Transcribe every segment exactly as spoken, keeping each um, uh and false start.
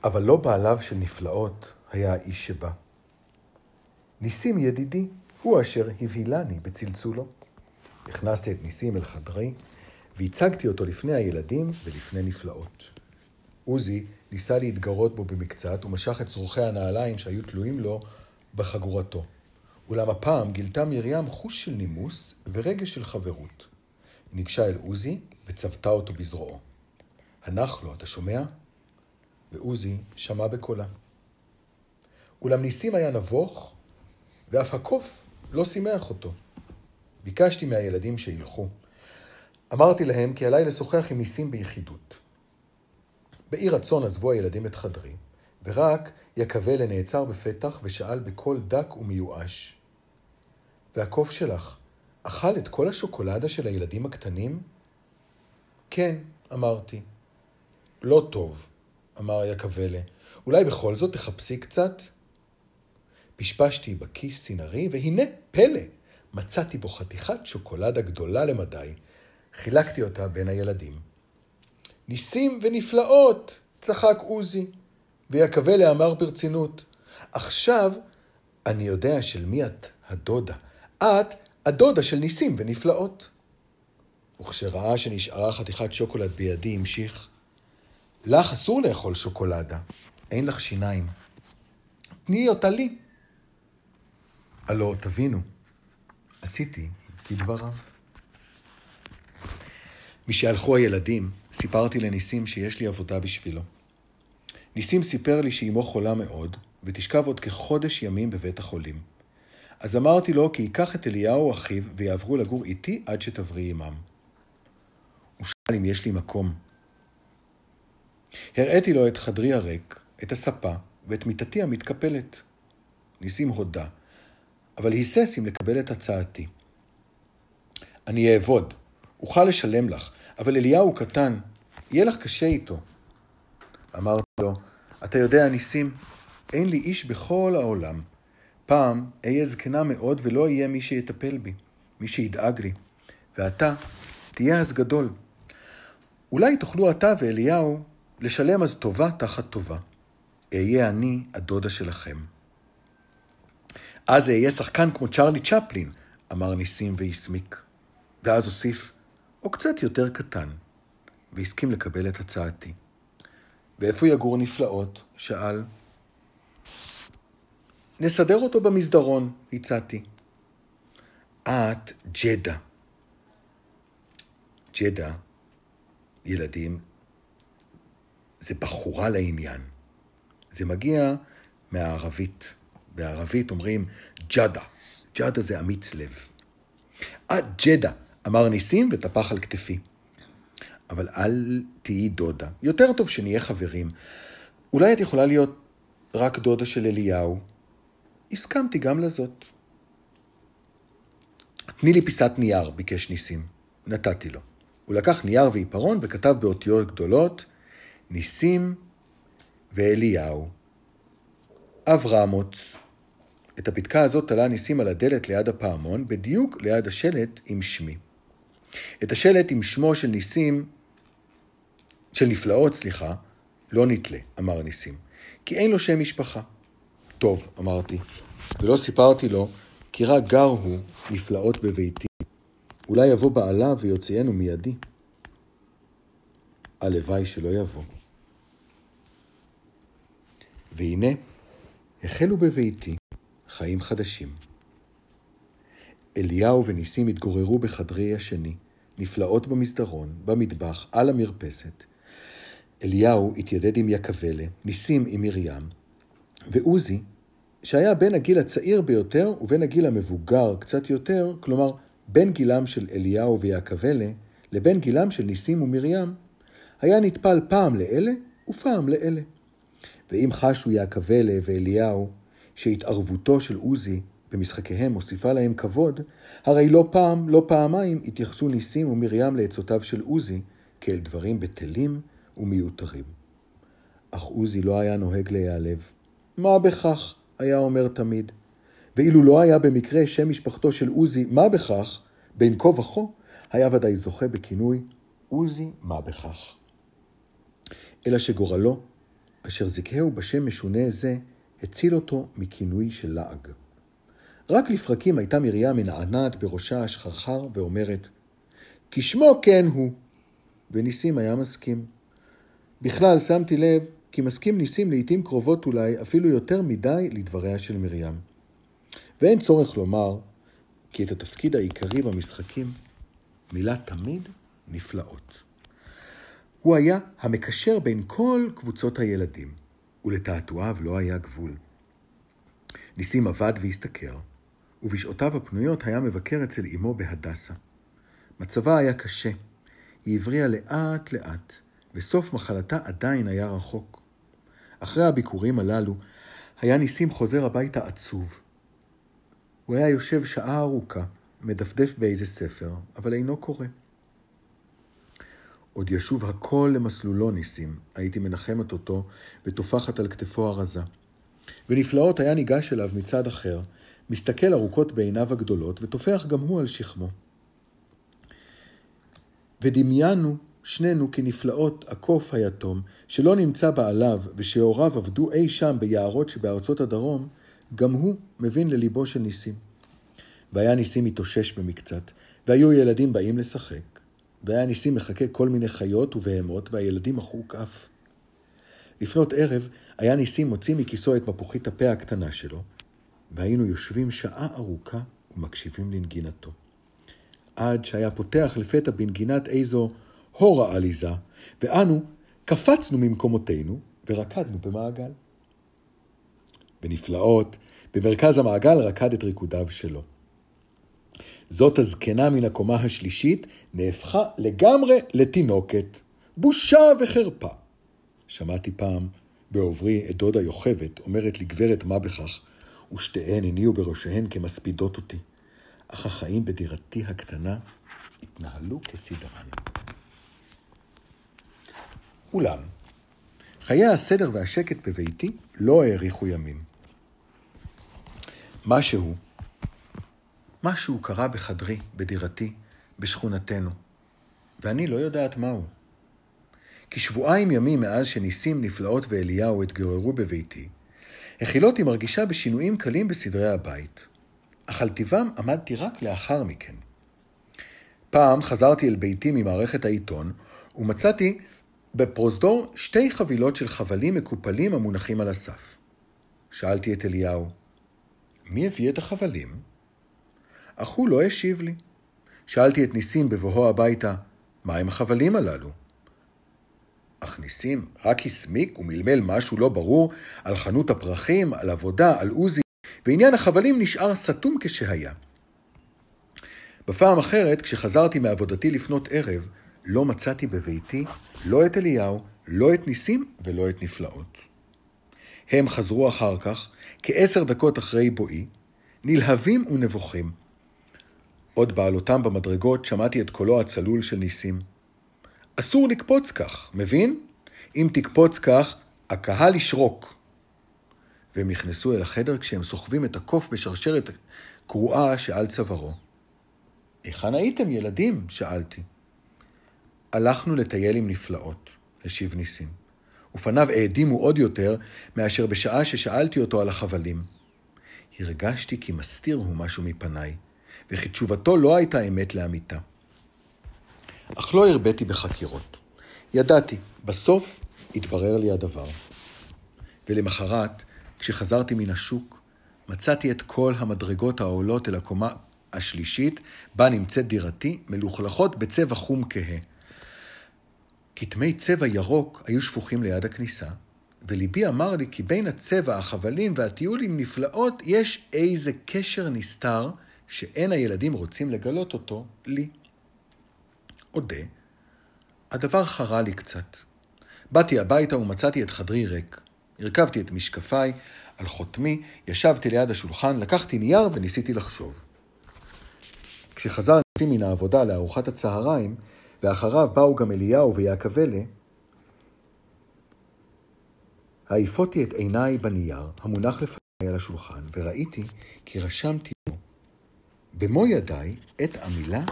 אבל לא בעליו של נפלאות היה האיש שבא. ניסים ידידי הוא אשר הבהילני בצלצולו. הכנסתי את ניסים אל חדרי, והצגתי אותו לפני הילדים ולפני נפלאות. עוזי ניסה להתגרות בו במקצת, ומשך את צרוכי הנעליים שהיו תלויים לו בחגורתו. אולם הפעם גילתה מרים חוש של נימוס ורגש של חברות. היא ניגשה אל עוזי וצבתה אותו בזרועו. הנח לו, אתה שומע? ועוזי שמע בקולה. אולם ניסים היה נבוך, ואף הקוף לא שימח אותו. ביקשתי מהילדים שילכו. אמרתי להם כי עליי לשוחח עם ניסים ביחידות. באי רצון עזבו הילדים את חדרי, ורק יקבל נעצר בפתח ושאל בקול דק ומיואש. והקוף שלך אכל את כל השוקולדה של הילדים הקטנים? כן, אמרתי. לא טוב, אמר יקבלה. אולי בכל זאת תחפשי קצת? פשפשתי בכיס סינרי, והנה, פלא, מצאתי בו חתיכת שוקולדה גדולה למדי. חילקתי אותה בין הילדים. ניסים ונפלאות, צחק עוזי, ויקבלה אמר ברצינות, עכשיו אני יודע של מי את הדודה. את הדודה של ניסים ונפלאות. וכשראה שנשארה חתיכת שוקולד בידי, המשיך, לך אסור לאכול שוקולדה, אין לך שיניים. תני אותה לי. הלא, תבינו, עשיתי כדבריו. משהלכו הילדים, סיפרתי לניסים שיש לי עבודה בשבילו. ניסים סיפר לי שאמו חולה מאוד, ותשכב עוד כחודש ימים בבית החולים. אז אמרתי לו כי ייקח את אליהו אחיו ויעברו לגור איתי עד שתבריא עמם. הוא שאל אם יש לי מקום. הראיתי לו את חדרי הריק, את הספה ואת מיטתי המתקפלת. ניסים הודה, אבל היסס אם לקבל את הצעתי. אני אעבוד, אוכל לשלם לך, אבל אליהו קטן, יהיה לך קשה איתו. אמרתי לו, אתה יודע ניסים, אין לי איש בכל העולם. פעם אהיה זקנה מאוד ולא יהיה מי שיטפל בי, מי שידאג לי. ואתה תהיה אז גדול. אולי תוכלו אתה ואליהו לשלם אז טובה תחת טובה. אהיה אני הדודה שלכם. אז אהיה שחקן כמו צ'רלי צ'פלין, אמר ניסים והסמיק. ואז הוסיף, או קצת יותר קטן, והסכים לקבל את הצעתי. ואיפה יגור נפלאות? שאל. נסדר אותו במסדרון, הצעתי. את ג'דה. ג'דה, ילדים, זה בחורה לעניין. זה מגיע מהערבית. בערבית אומרים ג'דה. ג'דה זה אמיץ לב. את ג'דה, אמר ניסים וטפח על כתפי. אבל אל תהי דודה. יותר טוב שנהיה חברים. אולי את יכולה להיות רק דודה של אליהו. הסכמתי גם לזאת. תני לי פיסת נייר, ביקש ניסים. נתתי לו. הוא לקח נייר ועיפרון וכתב באותיות גדולות, ניסים ואליהו. אברמוץ. את הפתקה הזאת תלה ניסים על הדלת ליד הפעמון, בדיוק ליד השלט עם שמי. את השלט עם שמו של ניסים, של נפלאות, סליחה, לא נתלה, אמר ניסים, כי אין לו שם משפחה. טוב, אמרתי, ולא סיפרתי לו, כי רק גר הוא נפלאות בביתי. אולי יבוא בעלה ויוציאנו מידי. הלוואי שלא יבוא. והנה, החלו בביתי חיים חדשים. אליהו וניסים התגוררו בחדרי השני, נפלאות במסדרון, במטבח, על המרפסת. אליהו התיידד עם יקבלה, ניסים עם מרים, ועוזי, שהיה בין הגיל הצעיר ביותר ובין הגיל המבוגר קצת יותר, כלומר בין גילם של אליהו ויקבלה לבין גילם של ניסים ומרים, היה נטפל פעם לאלה ופעם לאלה. ואם חשו יקבלה ואליהו שהתערבותו של עוזי במשחקיהם מוסיפה להם כבוד, הרי לא פעם, לא פעמיים התייחסו ניסים ומרים לעצותיו של עוזי כאל דברים בטלים ומיותרים. אך עוזי לא היה נוהג להיעלב. מה בכך? היה אומר תמיד. ואילו לא היה במקרה שם משפחתו של עוזי מה בכך, בין כה וכה, היה ודאי זוכה בכינוי עוזי מה בכך. אלא שגורלו אשר זיכהו בשם משונה זה, הציל אותו מכינוי של לעג. רק לפרקים הייתה מרים מנענעת בראשה השחרחר ואומרת, כשמו כן הוא. וניסים היה מסכים. בכלל שמתי לב כי מסכים ניסים לעתים קרובות אולי אפילו יותר מדי לדבריה של מרים. ואין צורך לומר כי את התפקיד העיקרי במשחקים מילא תמיד נפלאות. הוא היה המקשר בין כל קבוצות הילדים, ולתעתועיו לא היה גבול. ניסים עבד והסתכר, ובשעותיו הפנויות היה מבקר אצל אמו בהדסה. מצבה היה קשה, היא הבריאה לאט לאט, וסוף מחלתה עדיין היה רחוק. אחרי הביקורים הללו, היה ניסים חוזר הביתה עצוב. הוא היה יושב שעה ארוכה, מדפדף באיזה ספר, אבל אינו קורא. עוד ישוב הכל למסלולו ניסים, הייתי מנחמת אותו ותופחת על כתפו הרזה. ונפלאות היה ניגש אליו מצד אחר, מסתכל ארוכות בעיניו הגדולות ותופח גם הוא על שכמו. ודמיינו שנינו כנפלאות הקוף היתום, שלא נמצא בעליו ושהוריו עבדו אי שם ביערות שבארצות הדרום, גם הוא מבין לליבו של ניסים. והיה ניסים מתאושש במקצת, והיו ילדים באים לשחק. והיה ניסים מחכה כל מיני חיות ובהמות, והילדים מחאו כף. לפנות ערב היה ניסים מוציא מכיסו את מפוחית הפה הקטנה שלו, והיינו יושבים שעה ארוכה ומקשיבים לנגינתו. עד שהיה פותח לפתע בנגינת איזו הורה עליזה, ואנו קפצנו ממקומותינו ורקדנו במעגל. בנפלאות, במרכז המעגל רקד את ריקודיו שלו. זאת הזקנה מן הקומה השלישית נהפכה לגמרי לתינוקת. בושה וחרפה. שמעתי פעם בעוברי את דודה יוכבת אומרת לגברת מה בכך, ושתיהן הניעו בראשיהן כמספידות אותי. אך החיים בדירתי הקטנה התנהלו כסדרן. אולם, חיי הסדר והשקט בביתי לא האריכו ימים. משהו, משהו קרה בחדרי, בדירתי, בשכונתנו, ואני לא יודעת מהו. כשבועיים ימים מאז שניסים נפלאות ואליהו התגוררו בביתי, החילותי מרגישה בשינויים קלים בסדרי הבית. אך על טבעם עמדתי רק לאחר מכן. פעם חזרתי אל ביתי ממערכת העיתון, ומצאתי בפרוזדור שתי חבילות של חבלים מקופלים המונחים על הסף. שאלתי את אליהו, מי הביא את החבלים? אך הוא לא השיב לי. שאלתי את ניסים בבואו הביתה, מה הם החבלים הללו? אך ניסים רק הסמיק ומלמל משהו לא ברור על חנות הפרחים, על עבודה, על עוזי, ועניין החבלים נשאר סתום כשהיה. בפעם אחרת, כשחזרתי מעבודתי לפנות ערב, לא מצאתי בביתי לא את אליהו, לא את ניסים ולא את נפלאות. הם חזרו אחר כך, כעשר דקות אחרי בואי, נלהבים ונבוכים. עוד בעלותם במדרגות שמעתי את קולו הצלול של ניסים. אסור לקפוץ כך, מבין? אם תקפוץ כך, הקהל ישרוק. והם נכנסו אל החדר כשהם סוחבים את הקוף בשרשרת קרועה שעל צווארו. היכן הייתם ילדים? שאלתי. הלכנו לטייל עם נפלאות, השיב ניסים. ופניו העדימו עוד יותר מאשר בשעה ששאלתי אותו על החבלים. הרגשתי כי מסתיר הוא משהו מפניי, וכי תשובתו לא הייתה אמת לאמיתה. אך לא הרביתי בחקירות. ידעתי, בסוף התברר לי הדבר. ולמחרת, כשחזרתי מן השוק, מצאתי את כל המדרגות העולות אל הקומה השלישית, בה נמצאת דירתי, מלוכלכות בצבע חום כהה. כתמי צבע ירוק היו שפוכים ליד הכניסה, וליבי אמר לי כי בין הצבע, החבלים והטיול עם נפלאות יש איזה קשר נסתר שאין הילדים רוצים לגלות אותו לי. עודה, הדבר חרה לי קצת. באתי הביתה ומצאתי את חדרי ריק. הרכבתי את משקפיי על חותמי, ישבתי ליד השולחן, לקחתי נייר וניסיתי לחשוב. כשחזר ניסים מן העבודה לארוחת הצהריים, ואחריו באו גם אליהו ויעקבלה, העיפותי את עיניי בנייר המונח לפניי על השולחן, וראיתי כי רשמתי לו במו ידיי את המילה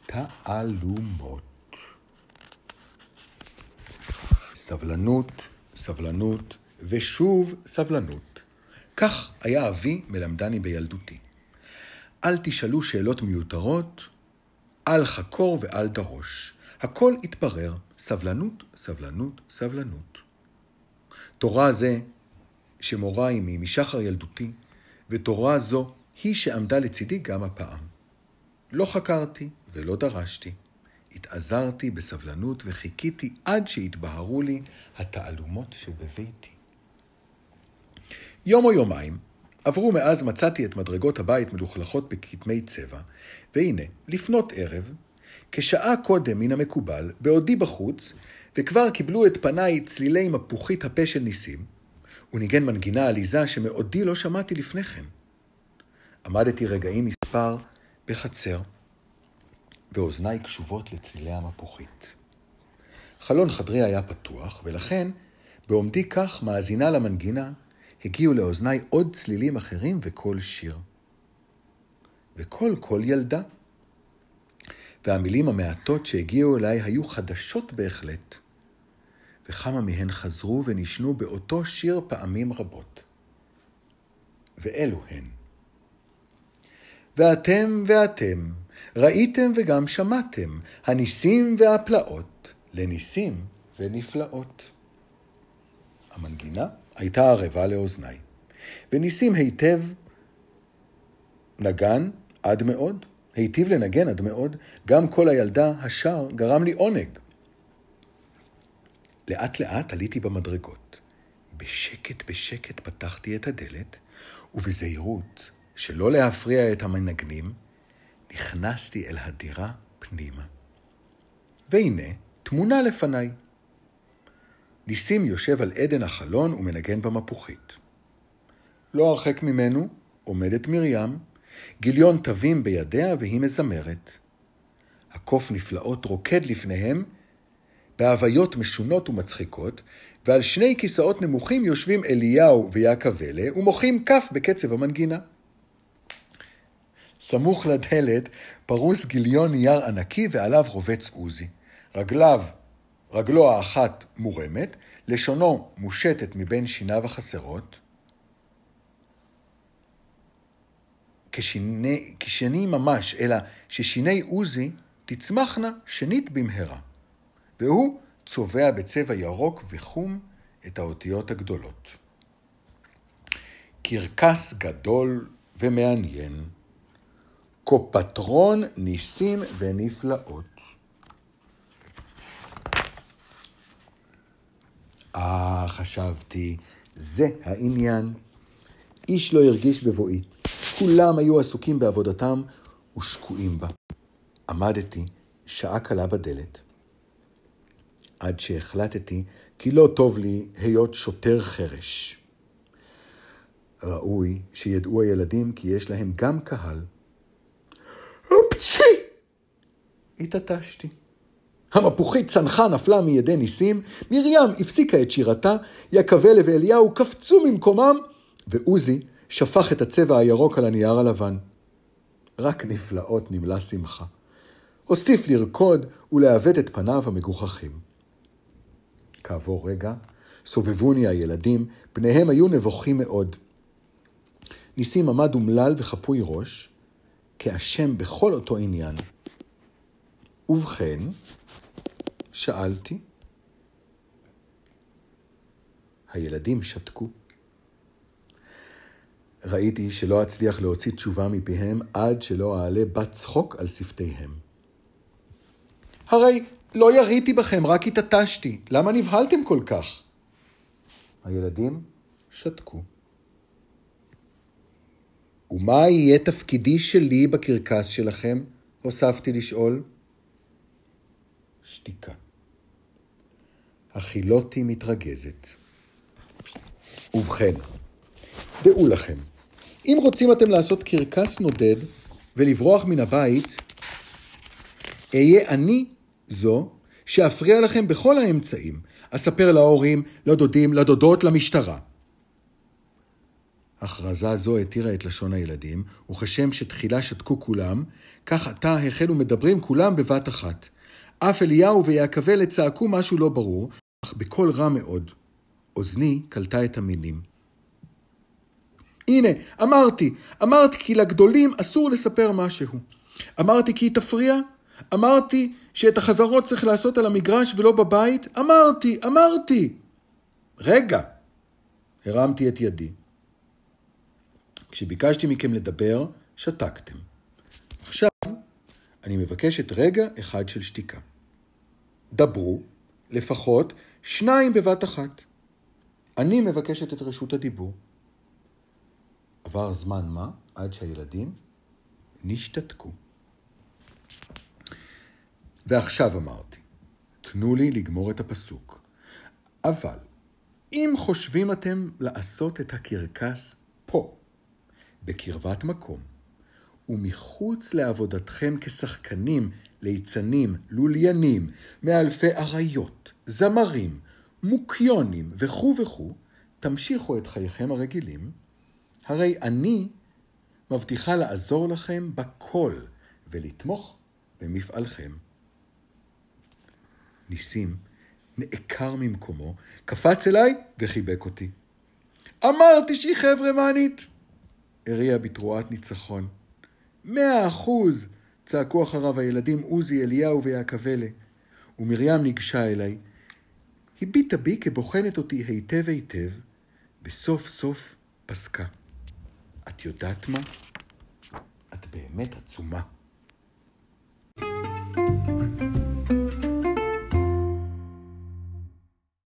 תעלומות. סבלנות סבלנות ושוב סבלנות. כך היה אבי מלמדני בילדותי. אל תשאלו שאלות מיותרות, אל חקור ואל דרוש. הכל יתברר, סבלנות, סבלנות, סבלנות. תורה זה שמורה עמי משחר ילדותי, ותורה זו היא שעמדה לצידי גם הפעם. לא חקרתי ולא דרשתי. התעזרתי בסבלנות וחיכיתי עד שהתבהרו לי התעלומות שבביתי. יום או יומיים עברו מאז מצאתי את מדרגות הבית מלוכלכות בכתמי צבע, והנה, לפנות ערב, כשעה קודם מן המקובל, בעודי בחוץ, וכבר קיבלו את פניי צלילי מפוחית הפה של ניסים, וניגן מנגינה עליזה שמעודי לא שמעתי לפני כן. עמדתי רגעים מספר בחצר, ואוזניי קשובות לצלילי המפוחית. חלון חדרי היה פתוח, ולכן, בעומדי כך מאזינה למנגינה, הגיעו לאוזניי עוד צלילים אחרים וכל שיר. וכל כל ילדה. והמילים המעטות שהגיעו אליי היו חדשות בהחלט. וכמה מהן חזרו ונשנו באותו שיר פעמים רבות. ואלו הן. ואתם ואתם, ראיתם וגם שמעתם, הניסים והפלאות, לניסים ונפלאות. המנגינה הייתה ערבה לאוזניי, וניסים היטב נגן עד מאוד, היטיב לנגן עד מאוד, גם כל הילדה השר גרם לי עונג. לאט לאט עליתי במדרגות, בשקט בשקט פתחתי את הדלת, ובזהירות שלא להפריע את המנגנים, נכנסתי אל הדירה פנימה. והנה תמונה לפניי. ניסים יושב על עדן החלון ומנגן במפוחית. לא הרחק ממנו עומדת מרים, גיליון תווים בידיה והיא מזמרת. הקוף נפלאות רוקד לפניהם, בהוויות משונות ומצחיקות, ועל שני כיסאות נמוכים יושבים אליהו ויעקבלה ומוחאים כף בקצב המנגינה. סמוך לדלת פרוס גיליון נייר ענקי ועליו רובץ עוזי. רגליו, רגלו האחת מורמת, לשונו מושטת מבין שיניו החסרות. כשני, כשני ממש, אלא ששיני עוזי תצמחנה שנית במהרה. והוא צובע בצבע ירוק וחום את האותיות הגדולות. קרקס גדול ומעניין. קופטרון ניסים ונפלאות. אה, חשבתי, זה העניין. איש לא הרגיש בבואי. כולם היו עסוקים בעבודתם ושקועים בה. עמדתי שעה קלה בדלת. עד שהחלטתי כי לא טוב לי היות שוטר חרש. ראוי שידעו הילדים כי יש להם גם קהל. אופצ'י! התעטשתי. המפוחית צנחה נפלה מידי ניסים, מרים הפסיקה את שירתה, יעקבלה ואליהו קפצו ממקומם, ועוזי שפך את הצבע הירוק על הנייר הלבן. רק נפלאות נמלה שמחה. הוסיף לרקוד ולעוות את פניו המגוחכים. כעבור רגע, סובבוני הילדים, בניהם היו נבוכים מאוד. ניסים עמד אומלל וחפוי ראש, כאשם בכל אותו עניין. ובכן, שאלתי, הילדים שתקו. ראיתי שלא אצליח להוציא תשובה מפיהם עד שלא אעלה בת צחוק על שפתיהם. הרי לא יריתי בכם, רק התעטשתי. למה נבהלתם כל כך? הילדים שתקו. ומה יהיה תפקידי שלי בקרקס שלכם? הוספתי לשאול. שתיקה. החילותי מתרגזת. ובכן, דעו לכם, אם רוצים אתם לעשות קרקס נודד ולברוח מן הבית, אהיה אני זו שאפריע לכם בכל האמצעים. אספר להורים, לדודים, לדודות, למשטרה. הכרזה זו התירה את לשון הילדים, וכשם שתחילה שתקו כולם, כך עתה החלו מדברים כולם בבת אחת. אף אליהו ויעקבלה צעקו משהו לא ברור, אך בקול רע מאוד. אוזני קלטה את המילים. הנה, אמרתי, אמרתי כי לגדולים אסור לספר משהו. אמרתי כי היא תפריע. אמרתי שאת החזרות צריך לעשות על המגרש ולא בבית. אמרתי, אמרתי. רגע, הרמתי את ידי. כשביקשתי מכם לדבר, שתקתם. עכשיו, אני מבקש את רגע אחד של שתיקה. דברו, לפחות שניים בבת אחת. אני מבקשת את רשות הדיבור. עבר זמן מה עד שהילדים נשתתקו. ועכשיו אמרתי, תנו לי לגמור את הפסוק. אבל אם חושבים אתם לעשות את הקרקס פה, בקרבת מקום, ומחוץ לעבודתכם כשחקנים, ליצנים, לוליינים, מאלפי אריות, זמרים, מוקיונים וכו' וכו', תמשיכו את חייכם הרגילים, הרי אני מבטיחה לעזור לכם בכל ולתמוך במפעלכם. ניסים נעקר ממקומו, קפץ אליי וחיבק אותי. אמרתי שהיא חברמנית! הריע בתרועת ניצחון. מאה אחוז! צעקו אחריו הילדים עוזי, אליהו ויעקבלה. ומרים ניגשה אליי. הביטה בי כבוחנת אותי היטב היטב, וסוף סוף פסקה. את יודעת מה? את באמת עצומה.